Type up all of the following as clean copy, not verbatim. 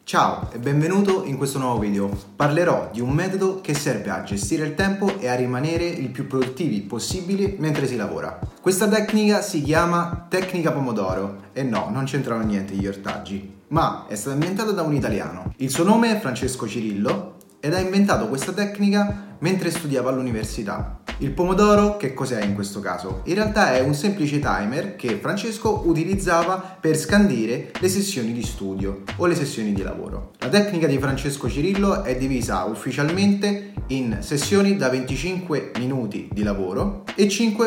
Ciao e benvenuto in questo nuovo video. Parlerò di un metodo che serve a gestire il tempo e a rimanere il più produttivi possibile mentre si lavora. Questa tecnica si chiama tecnica pomodoro e no, non c'entrano niente gli ortaggi, ma è stata inventata da un italiano. Il suo nome è Francesco Cirillo ed ha inventato questa tecnica mentre studiava all'università. Il pomodoro che cos'è in questo caso? In realtà è un semplice timer che Francesco utilizzava per scandire le sessioni di studio o le sessioni di lavoro. La tecnica di Francesco Cirillo è divisa ufficialmente in sessioni da 25 minuti di lavoro e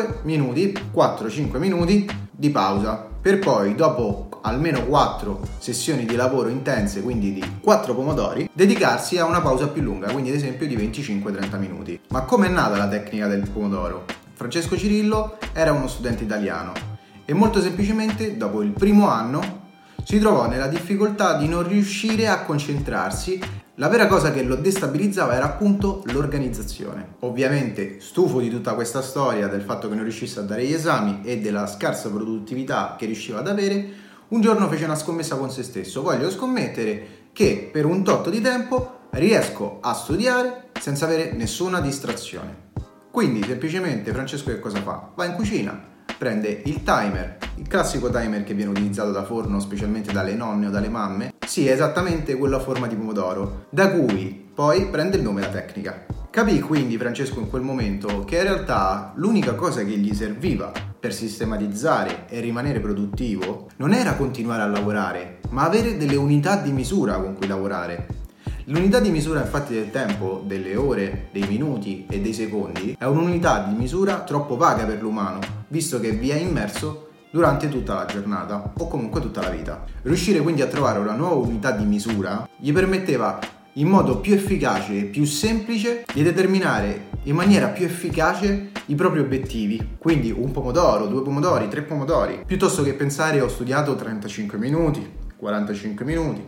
4-5 minuti di pausa, per poi dopo almeno 4 sessioni di lavoro intense, quindi di 4 pomodori, dedicarsi a una pausa più lunga, quindi ad esempio di 25-30 minuti. Ma come è nata la tecnica del pomodoro? Francesco Cirillo era uno studente italiano e molto semplicemente dopo il primo anno si trovò nella difficoltà di non riuscire a concentrarsi. La vera cosa che lo destabilizzava era appunto l'organizzazione. Ovviamente, stufo di tutta questa storia, del fatto che non riuscisse a dare gli esami e della scarsa produttività che riusciva ad avere, un giorno fece una scommessa con se stesso. Voglio scommettere che per un tot di tempo riesco a studiare senza avere nessuna distrazione. Quindi semplicemente Francesco che cosa fa? Va in cucina, prende il timer, il classico timer che viene utilizzato da forno specialmente dalle nonne o dalle mamme, sì, esattamente quella forma di pomodoro, da cui poi prende il nome la tecnica. Capì quindi Francesco in quel momento che in realtà l'unica cosa che gli serviva per sistematizzare e rimanere produttivo non era continuare a lavorare, ma avere delle unità di misura con cui lavorare. L'unità di misura infatti del tempo, delle ore, dei minuti e dei secondi è un'unità di misura troppo vaga per l'umano, visto che vi è immerso durante tutta la giornata o comunque tutta la vita. Riuscire quindi a trovare una nuova unità di misura gli permetteva in modo più efficace e più semplice di determinare in maniera più efficace i propri obiettivi. Quindi un pomodoro, 2 pomodori, 3 pomodori, piuttosto che pensare ho studiato 35 minuti, 45 minuti,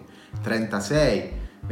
36,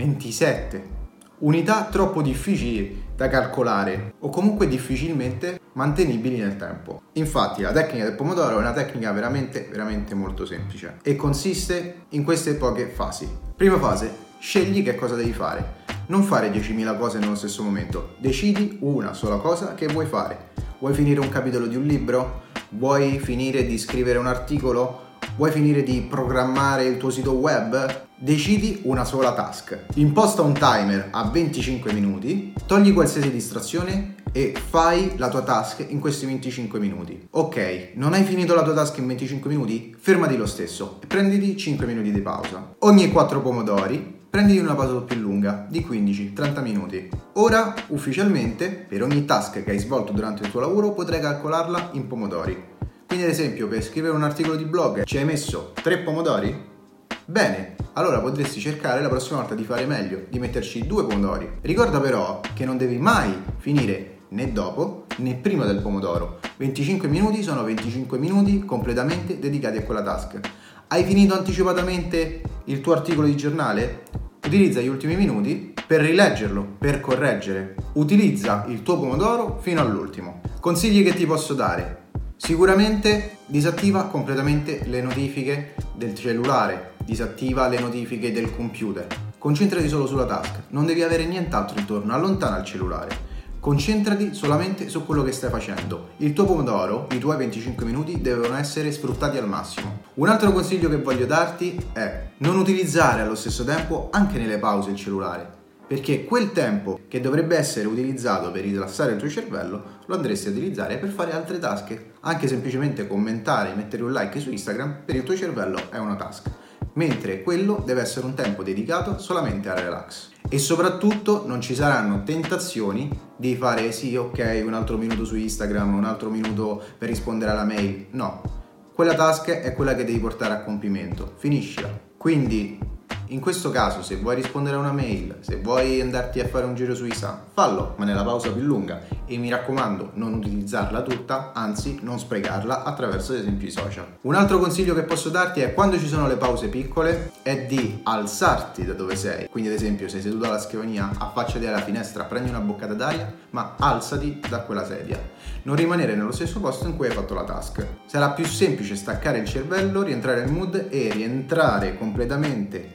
27. Unità troppo difficili da calcolare o comunque difficilmente mantenibili nel tempo. Infatti la tecnica del pomodoro è una tecnica veramente molto semplice e consiste in queste poche fasi. Prima fase: scegli che cosa devi fare. Non fare 10.000 cose nello stesso momento. Decidi una sola cosa che vuoi fare. Vuoi finire un capitolo di un libro? Vuoi finire di scrivere un articolo? Vuoi finire di programmare il tuo sito web? Decidi una sola task. Imposta un timer a 25 minuti, togli qualsiasi distrazione e fai la tua task in questi 25 minuti. Ok, non hai finito la tua task in 25 minuti? Fermati lo stesso e prenditi 5 minuti di pausa. Ogni 4 pomodori prenditi una pausa più lunga di 15-30 minuti. Ora, ufficialmente, per ogni task che hai svolto durante il tuo lavoro potrai calcolarla in pomodori. Quindi ad esempio per scrivere un articolo di blog ci hai messo 3 pomodori? Bene, allora potresti cercare la prossima volta di fare meglio, di metterci 2 pomodori. Ricorda però che non devi mai finire né dopo né prima del pomodoro. 25 minuti sono 25 minuti completamente dedicati a quella task. Hai finito anticipatamente il tuo articolo di giornale? Utilizza gli ultimi minuti per rileggerlo, per correggere. Utilizza il tuo pomodoro fino all'ultimo. Consigli che ti posso dare: sicuramente disattiva completamente le notifiche del cellulare, disattiva le notifiche del computer, concentrati solo sulla task, non devi avere nient'altro intorno, allontana il cellulare, concentrati solamente su quello che stai facendo. Il tuo pomodoro, i tuoi 25 minuti devono essere sfruttati al massimo. Un altro consiglio che voglio darti è non utilizzare allo stesso tempo anche nelle pause il cellulare, perché quel tempo che dovrebbe essere utilizzato per rilassare il tuo cervello lo andresti a utilizzare per fare altre task. Anche semplicemente commentare, mettere un like su Instagram per il tuo cervello è una task, mentre quello deve essere un tempo dedicato solamente al relax. E soprattutto non ci saranno tentazioni di fare sì, ok, un altro minuto su Instagram, un altro minuto per rispondere alla mail. No, quella task è quella che devi portare a compimento, finiscila. Quindi in questo caso, se vuoi rispondere a una mail, se vuoi andarti a fare un giro su Instagram, fallo, ma nella pausa più lunga. E mi raccomando, non utilizzarla tutta, anzi non sprecarla attraverso ad esempio i social. Un altro consiglio che posso darti è, quando ci sono le pause piccole, è di alzarti da dove sei. Quindi ad esempio sei seduto alla scrivania, affacciati alla finestra, prendi una boccata d'aria, ma alzati da quella sedia. Non rimanere nello stesso posto in cui hai fatto la task. Sarà più semplice staccare il cervello, rientrare nel mood e rientrare completamente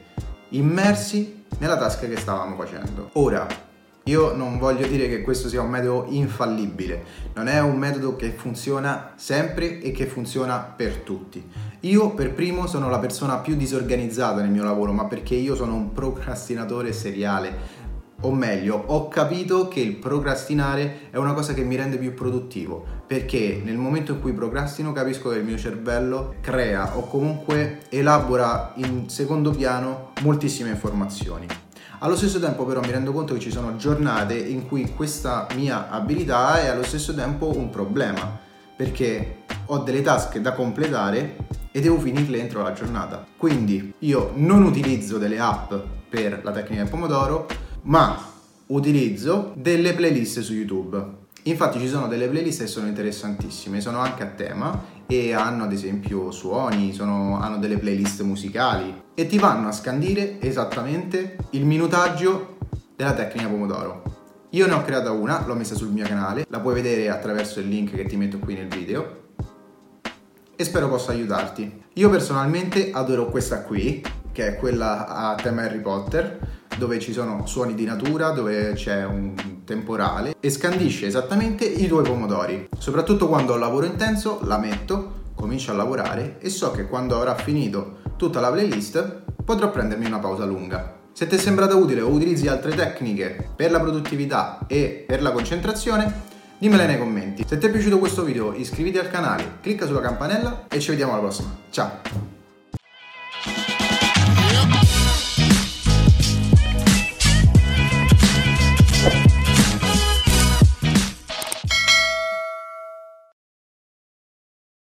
immersi nella task che stavamo facendo. Ora, io non voglio dire che questo sia un metodo infallibile, non è un metodo che funziona sempre e che funziona per tutti. Io per primo sono la persona più disorganizzata nel mio lavoro, ma perché io sono un procrastinatore seriale. O meglio, ho capito che il procrastinare è una cosa che mi rende più produttivo, perché nel momento in cui procrastino capisco che il mio cervello crea o comunque elabora in secondo piano moltissime informazioni. Allo stesso tempo però mi rendo conto che ci sono giornate in cui questa mia abilità è allo stesso tempo un problema, perché ho delle task da completare e devo finirle entro la giornata. Quindi io non utilizzo delle app per la tecnica del pomodoro, ma utilizzo delle playlist su YouTube. Infatti ci sono delle playlist che sono interessantissime, sono anche a tema e hanno ad esempio suoni, hanno delle playlist musicali e ti vanno a scandire esattamente il minutaggio della tecnica pomodoro. Io ne ho creata una, l'ho messa sul mio canale, la puoi vedere attraverso il link che ti metto qui nel video e spero possa aiutarti. Io personalmente adoro questa qui, che è quella a tema Harry Potter, dove ci sono suoni di natura, dove c'è un temporale e scandisce esattamente i tuoi pomodori. Soprattutto quando ho lavoro intenso, la metto, comincio a lavorare e so che quando avrà finito tutta la playlist potrò prendermi una pausa lunga. Se ti è sembrata utile o utilizzi altre tecniche per la produttività e per la concentrazione, dimmele nei commenti. Se ti è piaciuto questo video iscriviti al canale, clicca sulla campanella e ci vediamo alla prossima. Ciao!